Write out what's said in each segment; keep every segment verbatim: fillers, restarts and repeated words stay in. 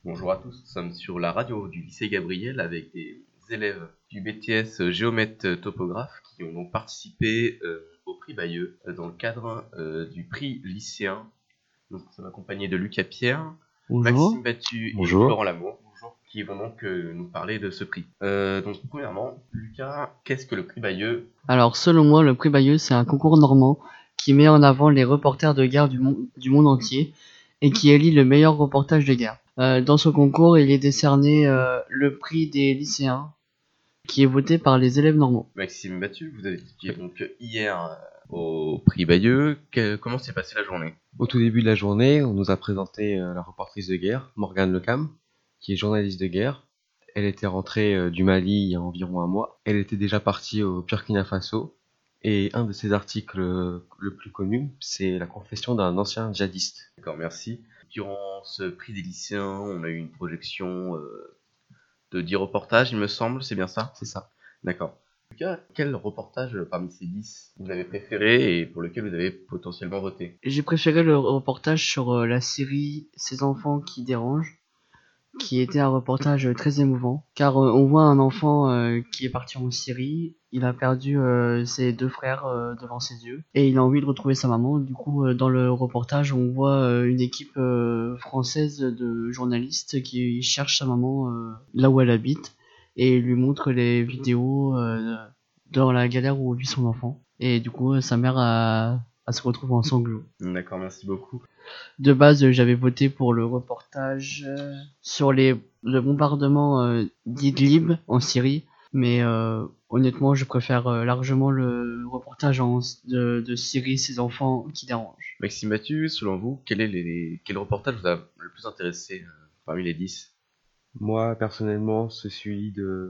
Bonjour à tous, nous sommes sur la radio du lycée Gabriel avec des élèves du B T S géomètre topographe qui ont donc participé euh, au prix Bayeux euh, dans le cadre euh, du prix lycéen. Donc nous sommes accompagnés de Lucas Pierre, Bonjour. Maxime Battu Bonjour. et Florent Lamour. Bonjour. Qui vont donc euh, nous parler de ce prix. Euh, donc premièrement, Lucas, qu'est-ce que le prix Bayeux? Alors, selon moi, le prix Bayeux, c'est un concours normand qui met en avant les reporters de guerre du, mon- du monde entier et qui élit le meilleur reportage de guerre. Euh, dans ce concours, il est décerné euh, le prix des lycéens qui est voté par les élèves normands. Maxime Battu, vous avez étudié donc hier euh, au prix Bayeux. Que- comment s'est passée la journée? Au tout début de la journée, on nous a présenté euh, la reportrice de guerre, Morgane Lecam, qui est journaliste de guerre. Elle était rentrée euh, du Mali il y a environ un mois. Elle était déjà partie au Burkina Faso. Et un de ses articles euh, le plus connu, c'est la confession d'un ancien djihadiste. D'accord, merci. Durant ce prix des lycéens, on a eu une projection euh, de dix reportages, il me semble, c'est bien ça? C'est ça. D'accord. Lucas, quel reportage euh, parmi ces dix vous avez préféré et pour lequel vous avez potentiellement voté? J'ai préféré le reportage sur euh, la série Ces enfants qui dérangent, qui était un reportage très émouvant, car euh, on voit un enfant euh, qui est parti en Syrie, il a perdu euh, ses deux frères euh, devant ses yeux, et il a envie de retrouver sa maman. Du coup, euh, dans le reportage, on voit euh, une équipe euh, française de journalistes qui cherche sa maman euh, là où elle habite, et lui montre les vidéos euh, dans la galère où vit son enfant. Et du coup, euh, sa mère a, a se retrouve en sanglots. D'accord, merci beaucoup. De base, euh, j'avais voté pour le reportage euh, sur les, le bombardement euh, d'Idlib en Syrie, mais euh, honnêtement, je préfère euh, largement le reportage en, de, de Syrie, ces enfants qui dérangent. Maxime Battu, selon vous, quel, est les, les- quel reportage vous a le plus intéressé euh, parmi les dix? Moi, personnellement, c'est celui de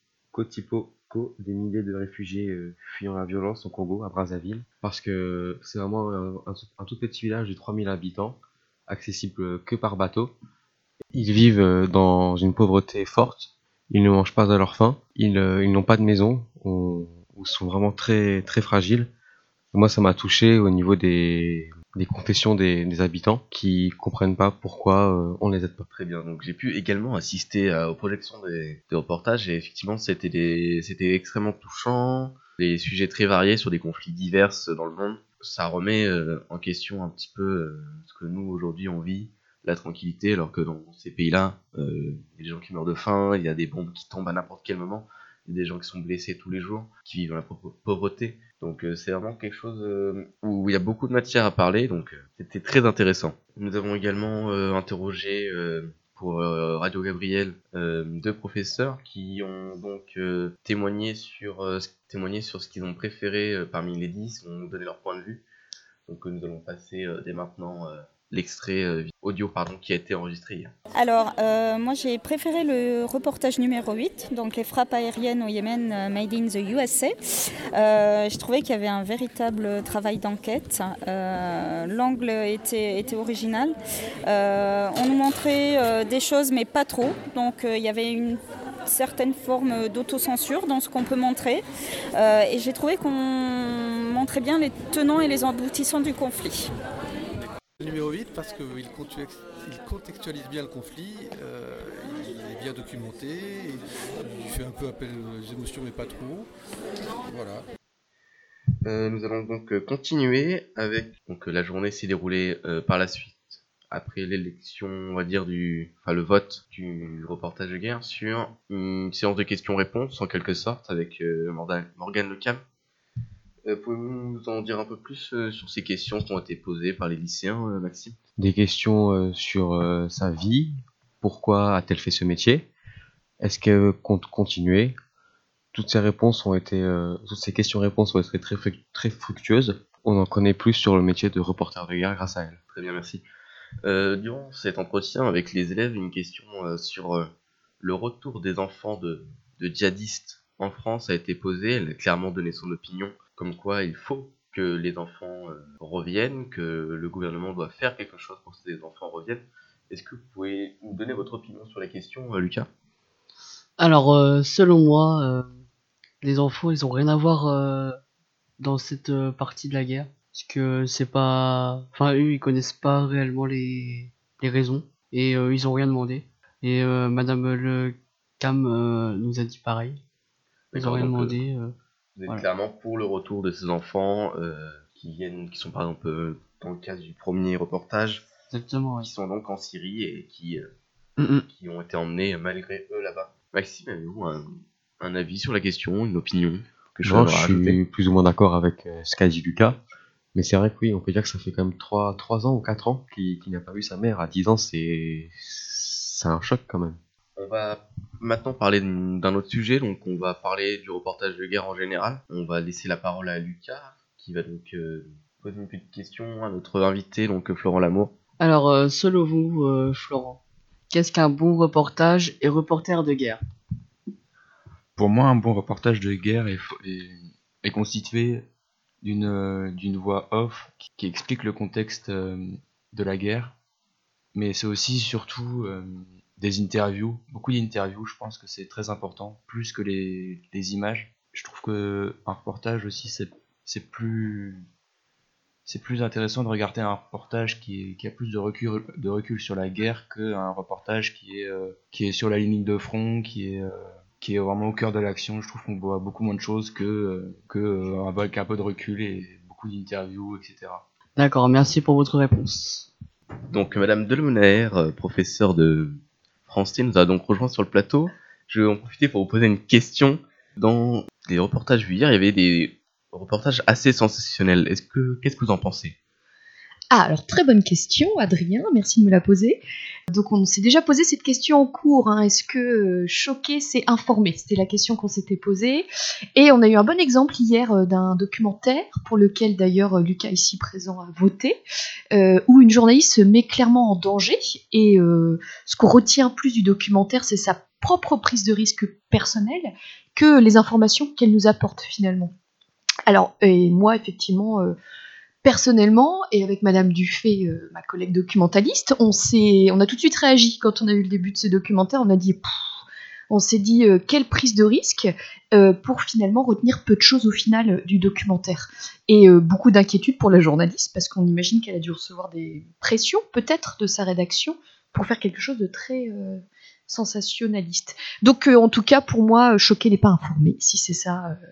Makotipoko, des milliers de réfugiés euh, fuyant la violence au Congo, à Brazzaville. Parce que c'est vraiment un, un tout- un tout petit village de trois mille habitants, accessible que par bateau. Ils vivent euh, dans une pauvreté forte. Ils ne mangent pas à leur faim. Ils, euh, ils n'ont pas de maison. Ou ou sont vraiment très très fragiles. Moi, ça m'a touché au niveau des, des confessions des, des habitants qui comprennent pas pourquoi euh, on les aide pas. Très bien, donc j'ai pu également assister à- aux projections des, des reportages et effectivement c'était des, c'était extrêmement touchant, des sujets très variés sur des conflits divers dans le monde. Ça remet euh, en question un petit peu euh, ce que nous aujourd'hui on vit, la tranquillité, alors que dans ces pays-là, euh, il y a des gens qui meurent de faim, il y a des bombes qui tombent à n'importe quel moment, il y a des gens qui sont blessés tous les jours, qui vivent dans la pauvre- pauvreté. Donc euh, c'est vraiment quelque chose euh, où il y a beaucoup de matière à parler, donc euh, c'était très intéressant. Nous avons également euh, interrogé euh, pour euh, Radio Gabriel euh, deux professeurs qui ont donc euh, témoigné sur euh, témoigné sur ce qu'ils ont préféré euh, parmi les dix, ont donné leur point de vue. Donc euh, nous allons passer euh, dès maintenant euh, l'extrait euh, audio pardon qui a été enregistré hier. Alors, euh, moi j'ai préféré le reportage numéro huit, donc les frappes aériennes au Yémen euh, made in the U S A. Euh, je trouvais qu'il y avait un véritable travail d'enquête. Euh, l'angle était, était original. Euh, on nous montrait euh, des choses, mais pas trop. Donc euh, il y avait une certaine forme d'autocensure dans ce qu'on peut montrer. Euh, et j'ai trouvé qu'on montrait bien les tenants et les aboutissants du conflit. Le numéro huit parce qu'il contextualise, il contextualise bien le conflit, euh, il est bien documenté, il fait un peu appel aux émotions mais pas trop. Voilà. Euh, nous allons donc euh, continuer avec donc euh, la journée s'est déroulée euh, par la suite après l'élection, on va dire du enfin le vote du reportage de guerre sur une séance de questions-réponses en quelque sorte avec euh, Morgane Morgane Lecam. Euh, pouvez-vous nous en dire un peu plus euh, sur ces questions qui ont été posées par les lycéens, euh, Maxime? Des questions euh, sur euh, sa vie, pourquoi a-t-elle fait ce métier, est-ce qu'elle compte continuer. Toutes ces réponses ont été, euh, toutes ces questions-réponses ont été très, fruc- très fructueuses. On en connaît plus sur le métier de reporter de guerre grâce à elles. Très bien, merci. Euh, durant cet entretien avec les élèves, une question euh, sur euh, le retour des enfants de, de djihadistes en France a été posée. Elle a clairement donné son opinion, comme quoi il faut que les enfants euh, reviennent, que le gouvernement doit faire quelque chose pour que ces enfants reviennent. Est-ce que vous pouvez nous donner votre opinion sur la question, euh, Lucas? Alors, euh, selon moi, euh, les enfants, ils ont rien à voir euh, dans cette euh, partie de la guerre. Parce que c'est pas... Enfin, eux, ils connaissent pas réellement les, les raisons. Et euh, ils ont rien demandé. Et euh, Madame Le Cam euh, nous a dit pareil. Ils D'accord, auraient donc, demandé. euh, Vous êtes Voilà. clairement pour le retour de ces enfants euh, qui viennent, qui sont par exemple euh, dans le cas du premier reportage, Exactement, oui. qui sont donc en Syrie et qui, euh, Mm, mm. qui ont été emmenés euh, malgré eux là-bas. Maxime, avez-vous un, un avis sur la question, une opinion que je Non, dois je rajouter? suis plus ou moins d'accord avec euh, ce qu'a dit Lucas. Mais c'est vrai que oui, on peut dire que ça fait quand même trois trois ans ou quatre ans qu'il qu'il n'a pas vu sa mère. À dix ans, c'est c'est un choc quand même. On va maintenant parler d'un d'un autre sujet, donc on va parler du reportage de guerre en général. On va laisser la parole à Lucas, qui va donc euh, poser une petite question à notre invité, donc euh, Florent Lamour. Alors, euh, selon vous, euh, Florent, qu'est-ce qu'un bon reportage et reporter de guerre? Pour moi, un bon reportage de guerre est, fo- est- est constitué d'une euh, d'une voix off qui, qui explique le contexte euh, de la guerre, mais c'est aussi surtout euh, des interviews, beaucoup d'interviews. Je pense que c'est très important, plus que les, les images. Je trouve que un reportage aussi, c'est c'est plus c'est plus intéressant de regarder un reportage qui, est- qui a plus de recul, de recul sur la guerre qu'un reportage qui est, euh, qui est sur la ligne de front, qui est, euh, qui est vraiment au cœur de l'action. Je trouve qu'on voit beaucoup moins de choses que, euh, que euh, avec un peu de recul et beaucoup d'interviews, et cetera. D'accord, merci pour votre réponse. Donc Madame Delmenaer, euh, professeure de français, nous a donc rejoint sur le plateau. Je vais en profiter pour vous poser une question. Dans les reportages vus hier, il y avait des reportages assez sensationnels. Est-ce que qu'est-ce que vous en pensez? Ah, alors très bonne question, Adrien, merci de me la poser. Donc on s'est déjà posé cette question en cours, hein, est-ce que euh, choquer c'est informer? C'était la question qu'on s'était posée. Et on a eu un bon exemple hier euh, d'un documentaire, pour lequel d'ailleurs euh, Lucas ici présent a voté, euh, où une journaliste se met clairement en danger. Et euh, ce qu'on retient plus du documentaire, c'est sa propre prise de risque personnelle que les informations qu'elle nous apporte finalement. Alors, et moi effectivement... Euh, Personnellement, et avec Madame Dufay, euh, ma collègue documentaliste, on, s'est, on a tout de suite réagi quand on a eu le début de ce documentaire. On a dit, pff, on s'est dit euh, quelle prise de risque euh, pour finalement retenir peu de choses au final euh, du documentaire. Et euh, beaucoup d'inquiétude pour la journaliste, parce qu'on imagine qu'elle a dû recevoir des pressions peut-être de sa rédaction pour faire quelque chose de très euh, sensationnaliste. Donc euh, en tout cas, pour moi, euh, choquer n'est pas informé, si c'est ça. Euh,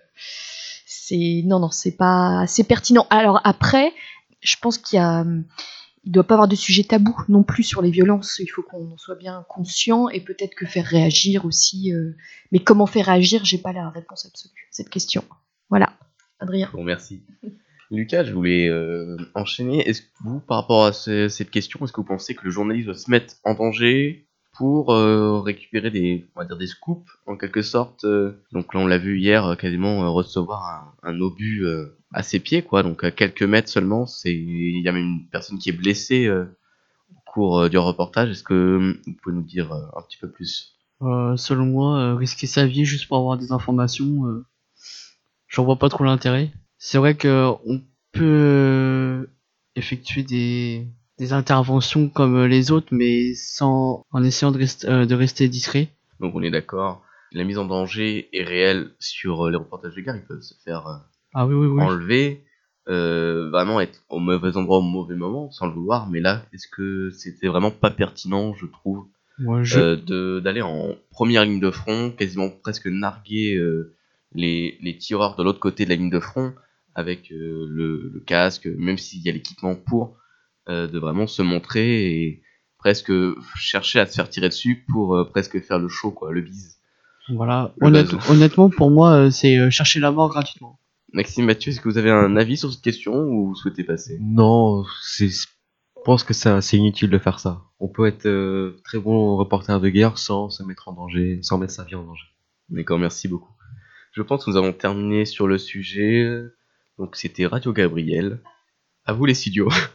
c'est non non c'est pas c'est pertinent. Alors après je pense qu'il y a il doit pas avoir de sujet tabou non plus sur les violences, il faut qu'on en soit bien conscient et peut-être que faire réagir aussi euh... mais comment faire réagir, j'ai pas la réponse absolue à cette question. Voilà, Adrien. Bon, merci. Lucas, je voulais euh, enchaîner. Est-ce que vous, par rapport à ce- cette question, est-ce que vous pensez que le journaliste doit se mettre en danger pour euh, récupérer des, on va dire des scoops en quelque sorte euh, Donc là, on l'a vu hier, euh, quasiment euh, recevoir un, un obus euh, à ses pieds, quoi. Donc à quelques mètres seulement, c'est il y a même une personne qui est blessée euh, au cours euh, du reportage. Est-ce que euh, vous pouvez nous dire euh, un petit peu plus? Euh, selon moi, euh, risquer sa vie juste pour avoir des informations, euh, j'en vois pas trop l'intérêt. C'est vrai que on peut euh, effectuer des, des interventions comme les autres, mais sans en essayant de, rest- euh, de rester discret. Donc on est d'accord. La mise en danger est réelle sur euh, les reportages de guerre. Ils peuvent se faire euh, Ah oui, oui, oui. enlever, euh, vraiment être au mauvais endroit au mauvais moment, sans le vouloir. Mais là, est-ce que c'était vraiment pas pertinent, je trouve, Moi, je... euh, de d'aller en première ligne de front, quasiment presque narguer euh, les, les tireurs de l'autre côté de la ligne de front, avec euh, le, le casque, même s'il y a l'équipement pour, euh, de vraiment se montrer et presque chercher à se faire tirer dessus pour euh, presque faire le show, quoi, le bise. Voilà. Le Honnête- bazou. honnêtement, pour moi, euh, c'est euh, chercher la mort gratuitement. Maxime, Mathieu, est-ce que vous avez un avis sur cette question ou vous souhaitez passer? Non, c'est, je pense que ça, c'est inutile de faire ça. On peut être euh, très bon reporter de guerre sans se mettre en danger, sans mettre sa vie en danger. D'accord, merci beaucoup. Je pense que nous avons terminé sur le sujet. Donc c'était Radio Gabriel. À vous les studios.